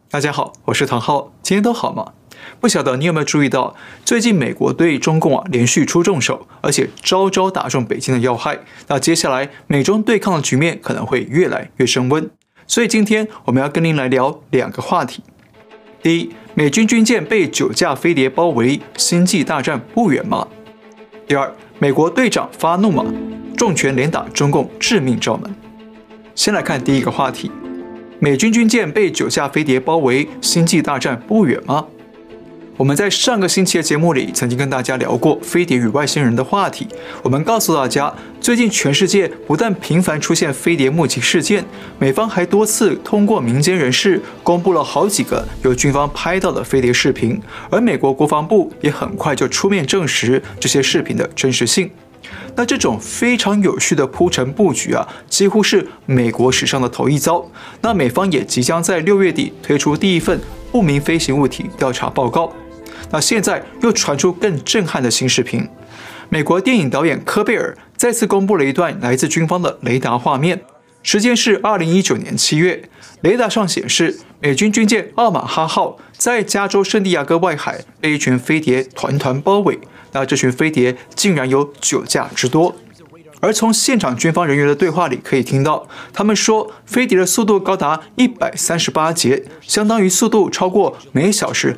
大家好，我是唐浩，今天都好吗？不晓得你有没有注意到，最近美国对中共连续出重手，而且招招打中北京的要害。那接下来美中对抗的局面可能会越来越升温。所以今天我们要跟您来聊两个话题。第一，美军军舰被9架飞碟包围，星际大战不远吗？第二，美国队长发怒吗？重拳连打中共致命罩门。先来看第一个话题。美军军舰被9架飞碟包围，星际大战不远吗？我们在上个星期的节目里曾经跟大家聊过飞碟与外星人的话题。我们告诉大家，最近全世界不但频繁出现飞碟目击事件，美方还多次通过民间人士公布了好几个由军方拍到的飞碟视频，而美国国防部也很快就出面证实这些视频的真实性。那这种非常有序的铺陈布局几乎是美国史上的头一遭。那美方也即将在6月底推出第一份不明飞行物体调查报告。那现在又传出更震撼的新视频，美国电影导演科贝尔再次公布了一段来自军方的雷达画面，时间是2019年7月，雷达上显示美军军舰奥马哈号在加州圣地亚哥外海被一群飞碟团团包围。那这群飞碟竟然有9架之多，而从现场军方人员的对话里可以听到，他们说飞碟的速度高达138节，相当于速度超过每小时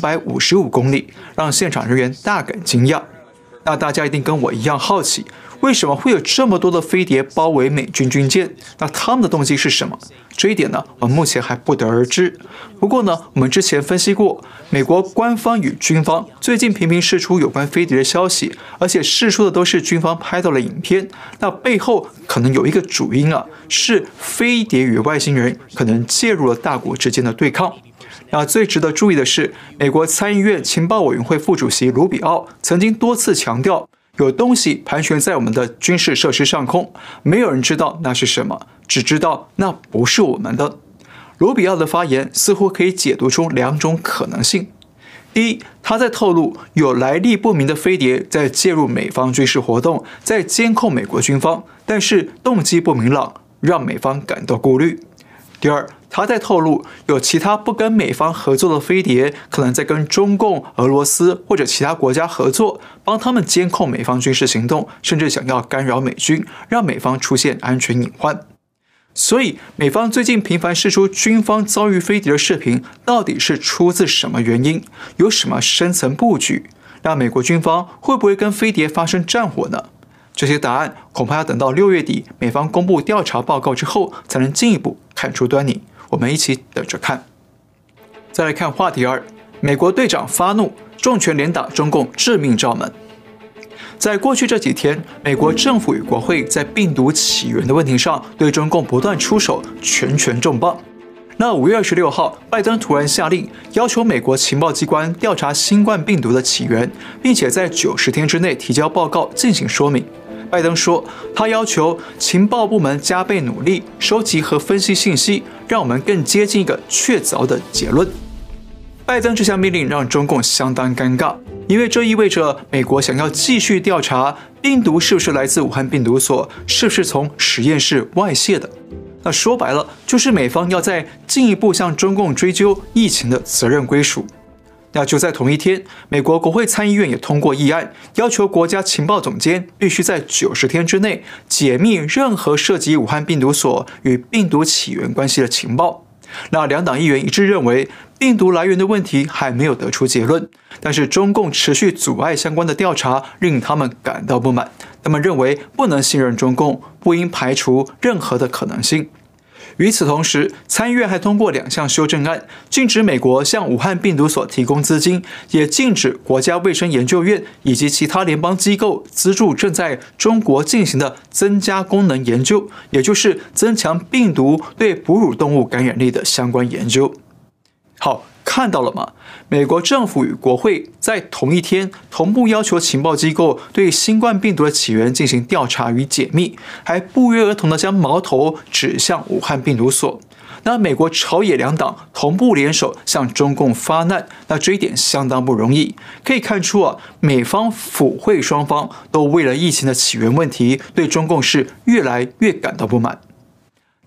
255公里，让现场人员大感惊讶。那大家一定跟我一样好奇，为什么会有这么多的飞碟包围美军军舰？那他们的动机是什么？这一点呢，我们目前还不得而知。不过呢，我们之前分析过，美国官方与军方最近频频释出有关飞碟的消息，而且释出的都是军方拍到的影片。那背后可能有一个主因是飞碟与外星人可能介入了大国之间的对抗。那最值得注意的是，美国参议院情报委员会副主席卢比奥曾经多次强调，有东西盘旋在我们的军事设施上空，没有人知道那是什么，只知道那不是我们的。卢比奥的发言似乎可以解读出2种可能性。第一，他在透露有来历不明的飞碟在介入美方军事活动，在监控美国军方，但是动机不明朗，让美方感到顾虑。第二，他在透露有其他不跟美方合作的飞碟，可能在跟中共、俄罗斯或者其他国家合作，帮他们监控美方军事行动，甚至想要干扰美军，让美方出现安全隐患。所以，美方最近频繁释出军方遭遇飞碟的视频，到底是出自什么原因？有什么深层布局？让美国军方会不会跟飞碟发生战火呢？这些答案恐怕要等到6月底美方公布调查报告之后，才能进一步看出端倪。我们一起等着看。再来看话题2，美国队长发怒，重拳连打中共致命罩门。在过去这几天，美国政府与国会在病毒起源的问题上对中共不断出手，拳拳重磅。那5月26号，拜登突然下令要求美国情报机关调查新冠病毒的起源，并且在90天之内提交报告进行说明。拜登说，他要求情报部门加倍努力收集和分析信息，让我们更接近一个确凿的结论。拜登这项命令让中共相当尴尬，因为这意味着美国想要继续调查病毒是不是来自武汉病毒所，是不是从实验室外泄的。那说白了，就是美方要再进一步向中共追究疫情的责任归属。那就在同一天，美国国会参议院也通过议案，要求国家情报总监必须在90天之内解密任何涉及武汉病毒所与病毒起源关系的情报。那2党议员一致认为，病毒来源的问题还没有得出结论，但是中共持续阻碍相关的调查，令他们感到不满。他们认为不能信任中共，不应排除任何的可能性。与此同时，参议院还通过2项修正案，禁止美国向武汉病毒所提供资金，也禁止国家卫生研究院以及其他联邦机构资助正在中国进行的增加功能研究，也就是增强病毒对哺乳动物感染力的相关研究。好，看到了吗？美国政府与国会在同一天同步要求情报机构对新冠病毒的起源进行调查与解密，还不约而同地将矛头指向武汉病毒所。那美国朝野2党同步联手向中共发难，那这一点相当不容易。可以看出美方府会双方都为了疫情的起源问题，对中共是越来越感到不满。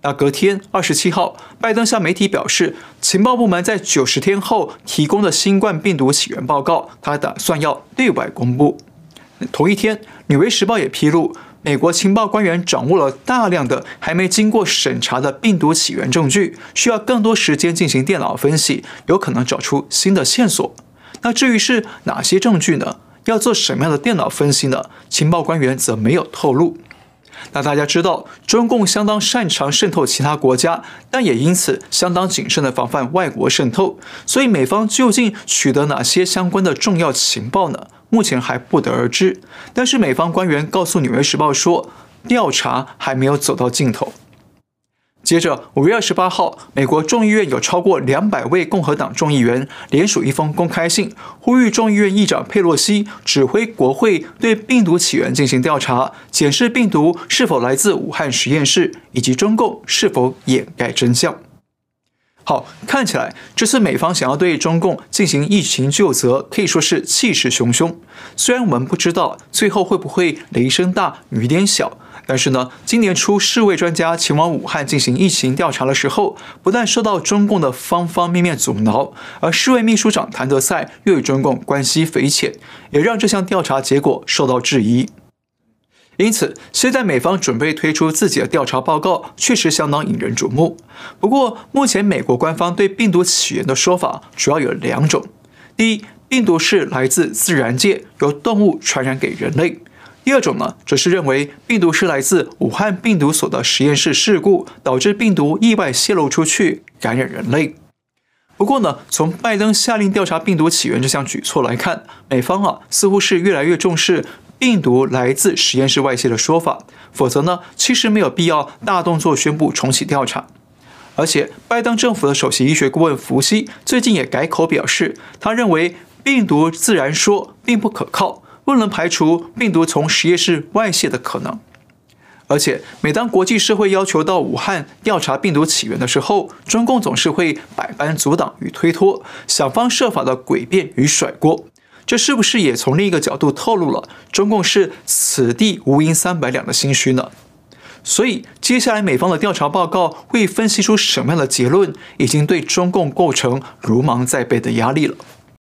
那隔天27号，拜登向媒体表示，情报部门在90天后提供的新冠病毒起源报告，他打算要对外公布。同一天，《纽约时报》也披露，美国情报官员掌握了大量的还没经过审查的病毒起源证据，需要更多时间进行电脑分析，有可能找出新的线索。那至于是哪些证据呢？要做什么样的电脑分析呢？情报官员则没有透露。那大家知道，中共相当擅长渗透其他国家，但也因此相当谨慎地防范外国渗透。所以美方究竟取得哪些相关的重要情报呢？目前还不得而知。但是美方官员告诉《纽约时报》说，调查还没有走到尽头。接着，5月28号，美国众议院有超过200位共和党众议员联署一封公开信，呼吁众议院议长佩洛西指挥国会对病毒起源进行调查，检视病毒是否来自武汉实验室，以及中共是否掩盖真相。好，看起来这次美方想要对中共进行疫情究责，可以说是气势汹汹。虽然我们不知道最后会不会雷声大雨点小，但是呢，今年初世卫专家前往武汉进行疫情调查的时候，不但受到中共的方方面面阻挠，而世卫秘书长谭德赛又与中共关系匪浅，也让这项调查结果受到质疑。因此，现在美方准备推出自己的调查报告，确实相当引人瞩目。不过，目前美国官方对病毒起源的说法主要有2种：第一，病毒是来自自然界，由动物传染给人类；第二种呢，则是认为病毒是来自武汉病毒所的实验室事故，导致病毒意外泄露出去，感染人类。不过呢，从拜登下令调查病毒起源这项举措来看，美方似乎是越来越重视病毒来自实验室外泄的说法，否则呢，其实没有必要大动作宣布重启调查。而且，拜登政府的首席医学顾问福西最近也改口表示，他认为病毒自然说并不可靠，不能排除病毒从实验室外泄的可能。而且，每当国际社会要求到武汉调查病毒起源的时候，中共总是会百般阻挡与推脱，想方设法的诡辩与甩锅。这是不是也从另一个角度透露了中共是此地无银300两的心虚呢？所以，接下来美方的调查报告会分析出什么样的结论，已经对中共构成如芒在背的压力了。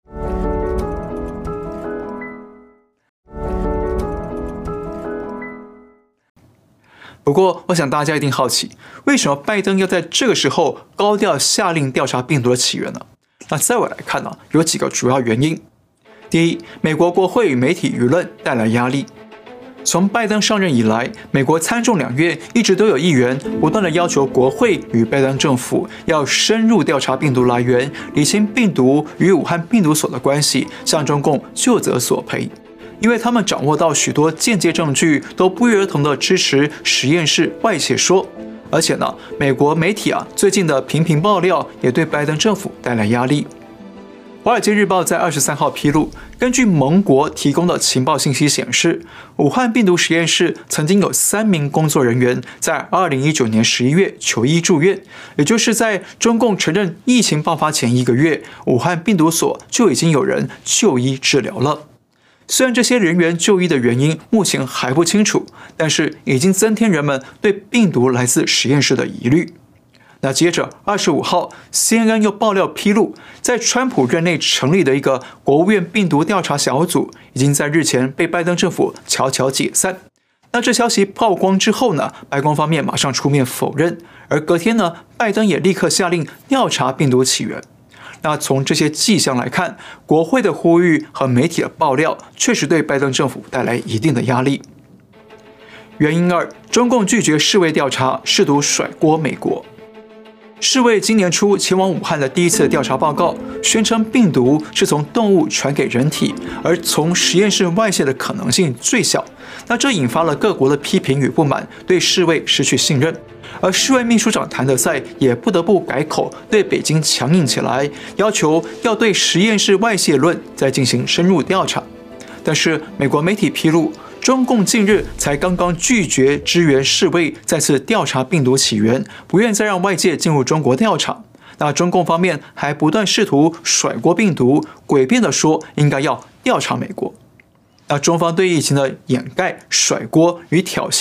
不过，我想大家一定好奇，为什么拜登要在这个时候高调下令调查病毒的起源呢？那在我来看呢，有几个主要原因。第一，美国国会与媒体舆论带来压力。从拜登上任以来，美国参众两院一直都有议员不断地要求国会与拜登政府要深入调查病毒来源，理清病毒与武汉病毒所的关系，向中共就责索赔。因为他们掌握到许多间接证据，都不约而同地支持实验室外泄说。而且呢，美国媒体最近的频频爆料也对拜登政府带来压力。《华尔街日报》在23号披露，根据盟国提供的情报信息显示，武汉病毒实验室曾经有3名工作人员在2019年11月求医住院，也就是在中共承认疫情爆发前1个月，武汉病毒所就已经有人就医治疗了。虽然这些人员就医的原因目前还不清楚，但是已经增添人们对病毒来自实验室的疑虑。那接着25号 CNN 又爆料披露，在川普任内成立的一个国务院病毒调查小组，已经在日前被拜登政府悄悄解散。那这消息曝光之后呢，白宫方面马上出面否认，而隔天呢，拜登也立刻下令调查病毒起源。那从这些迹象来看，国会的呼吁和媒体的爆料确实对拜登政府带来一定的压力。原因2，中共拒绝世卫调查，试图甩锅美国。世卫今年初前往武汉的第一次调查报告，宣称病毒是从动物传给人体，而从实验室外泄的可能性最小。那这引发了各国的批评与不满，对世卫失去信任。而世卫秘书长谭德赛也不得不改口，对北京强硬起来，要求要对实验室外泄论再进行深入调查。但是美国媒体披露，中共近日才刚刚拒绝支援世卫再次调查病毒起源，不愿再让外界进入中国调查。那中共方面还不断试图甩锅病毒，诡辩地说应该要调查美国。那中方对疫情的掩盖、甩锅与挑衅，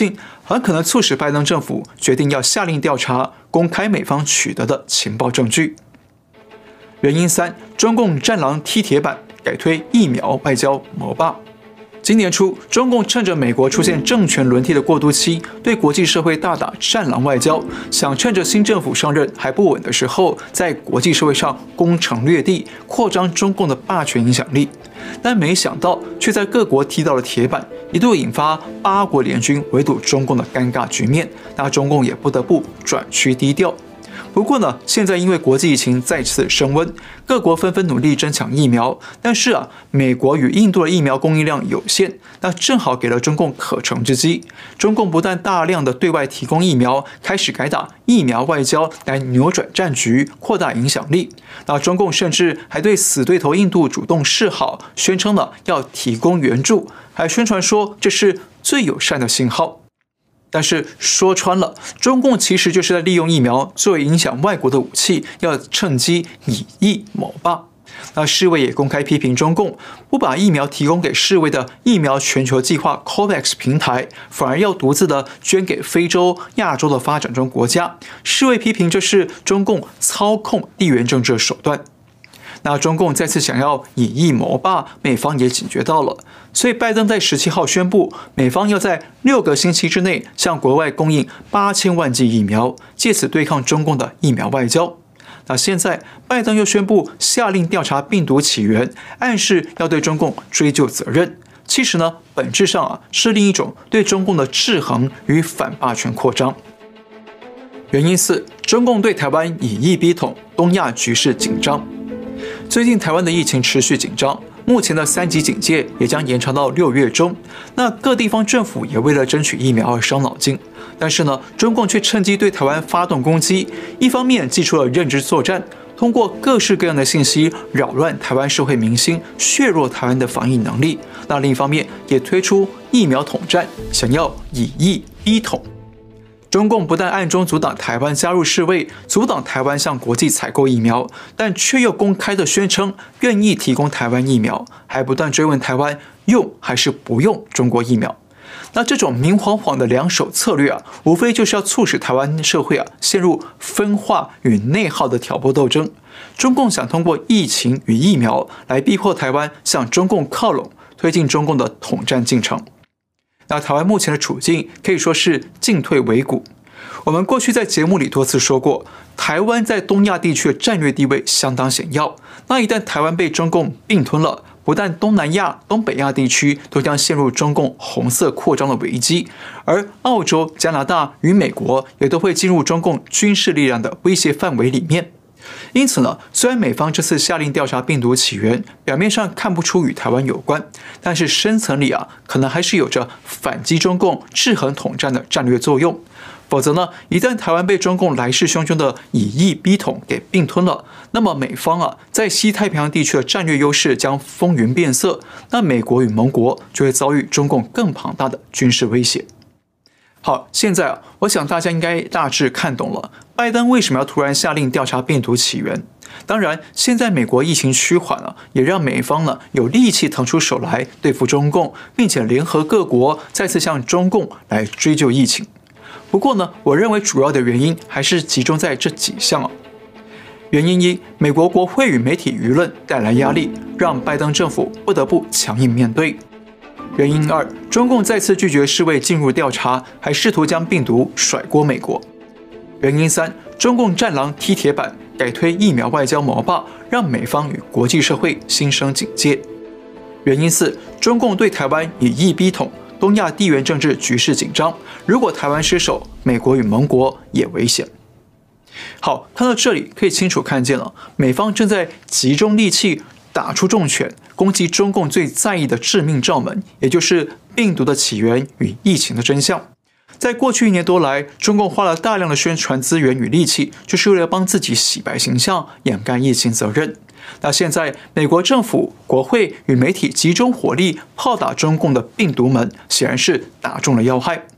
很可能促使拜登政府决定要下令调查，公开美方取得的情报证据。原因3，中共战狼踢铁板，改推疫苗外交谋霸。今年初，中共趁着美国出现政权轮替的过渡期，对国际社会大打战狼外交，想趁着新政府上任还不稳的时候，在国际社会上攻城略地，扩张中共的霸权影响力。但没想到，却在各国踢到了铁板，一度引发8国联军围堵中共的尴尬局面。那中共也不得不转趋低调。不过呢，现在因为国际疫情再次升温，各国纷纷努力争抢疫苗，但是美国与印度的疫苗供应量有限，那正好给了中共可乘之机。中共不但大量的对外提供疫苗，开始改打疫苗外交来扭转战局，扩大影响力。那中共甚至还对死对头印度主动示好，宣称了要提供援助，还宣传说这是最友善的信号。但是说穿了，中共其实就是在利用疫苗作为影响外国的武器，要趁机以疫谋霸。那世卫也公开批评中共不把疫苗提供给世卫的疫苗全球计划 COVAX 平台，反而要独自的捐给非洲、亚洲的发展中国家。世卫批评这是中共操控地缘政治的手段。那中共再次想要以疫谋霸，美方也警觉到了，所以拜登在17号宣布，美方要在6个星期之内向国外供应8000万剂疫苗，借此对抗中共的疫苗外交。那现在拜登又宣布下令调查病毒起源，暗示要对中共追究责任。其实呢，本质上是另一种对中共的制衡与反霸权扩张。原因4，中共对台湾以疫逼统，东亚局势紧张。最近台湾的疫情持续紧张，目前的3级警戒也将延长到6月中。那各地方政府也为了争取疫苗而伤脑筋，但是呢，中共却趁机对台湾发动攻击。一方面祭出了认知作战，通过各式各样的信息扰乱台湾社会民心，削弱台湾的防疫能力；那另一方面也推出疫苗统战，想要以疫逼统。中共不但暗中阻挡台湾加入世卫，阻挡台湾向国际采购疫苗，但却又公开的宣称愿意提供台湾疫苗，还不断追问台湾用还是不用中国疫苗。那这种明晃晃的两手策略无非就是要促使台湾社会陷入分化与内耗的挑拨斗争。中共想通过疫情与疫苗来逼迫台湾向中共靠拢，推进中共的统战进程。那台湾目前的处境可以说是进退维谷。我们过去在节目里多次说过，台湾在东亚地区的战略地位相当显要。那一旦台湾被中共并吞了，不但东南亚、东北亚地区都将陷入中共红色扩张的危机，而澳洲、加拿大与美国也都会进入中共军事力量的威胁范围里面。因此呢，虽然美方这次下令调查病毒起源，表面上看不出与台湾有关，但是深层里可能还是有着反击中共、制衡统战的战略作用。否则呢，一旦台湾被中共来势汹汹的以疫逼统给并吞了，那么美方在西太平洋地区的战略优势将风云变色，那美国与盟国就会遭遇中共更庞大的军事威胁。好，现在我想大家应该大致看懂了，拜登为什么要突然下令调查病毒起源。当然，现在美国疫情趋缓也让美方有力气腾出手来对付中共，并且联合各国再次向中共来追究疫情。不过呢，我认为主要的原因还是集中在这几项。原因1，美国国会与媒体舆论带来压力，让拜登政府不得不强硬面对。原因2，中共再次拒绝世卫进入调查，还试图将病毒甩锅美国。原因3，中共战狼踢铁板，改推疫苗外交谋霸，让美方与国际社会心生警戒。原因4，中共对台湾以疫逼统，东亚地缘政治局势紧张，如果台湾失守，美国与盟国也危险。好，看到这里可以清楚看见了，美方正在集中力气打出重拳，攻击中共最在意的致命罩门，也就是病毒的起源与疫情的真相。在过去1年多来，中共花了大量的宣传资源与力气，就是为了帮自己洗白形象，掩盖疫情责任。那现在，美国政府、国会与媒体集中火力炮打中共的病毒门，显然是打中了要害。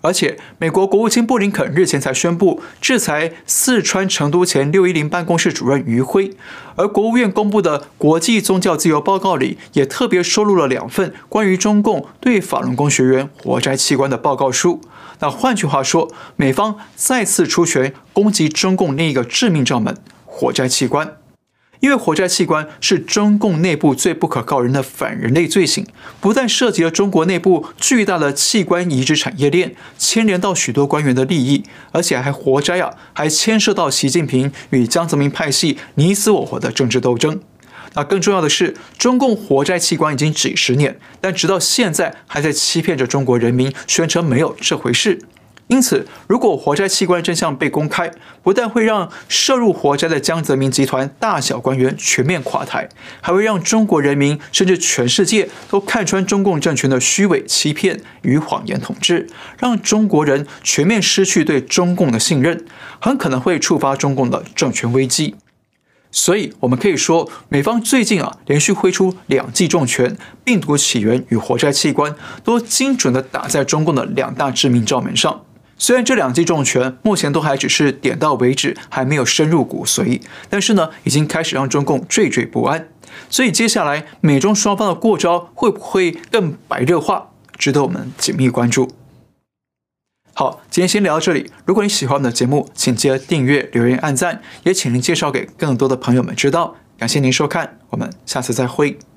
而且，美国国务卿布林肯日前才宣布制裁四川成都前610办公室主任余辉，而国务院公布的国际宗教自由报告里也特别收录了2份关于中共对法轮功学员活摘器官的报告书。那换句话说，美方再次出拳攻击中共另一个致命罩门——活摘器官。因为活摘器官是中共内部最不可告人的反人类罪行，不但涉及了中国内部巨大的器官移植产业链，牵连到许多官员的利益，而且还活摘还牵涉到习近平与江泽民派系你死我活的政治斗争。那更重要的是，中共活摘器官已经几十年，但直到现在还在欺骗着中国人民，宣称没有这回事。因此，如果活摘器官真相被公开，不但会让涉入活摘的江泽民集团大小官员全面垮台，还会让中国人民甚至全世界都看穿中共政权的虚伪欺骗与谎言统治，让中国人全面失去对中共的信任，很可能会触发中共的政权危机。所以，我们可以说，美方最近连续挥出2记重拳，病毒起源与活摘器官都精准地打在中共的2大致命罩门上。虽然这2记重拳目前都还只是点到为止，还没有深入骨髓，但是呢，已经开始让中共惴惴不安。所以接下来美中双方的过招会不会更白热化，值得我们紧密关注。好，今天先聊到这里。如果你喜欢我们的节目，请记得订阅、留言、按赞，也请您介绍给更多的朋友们知道。感谢您收看，我们下次再会。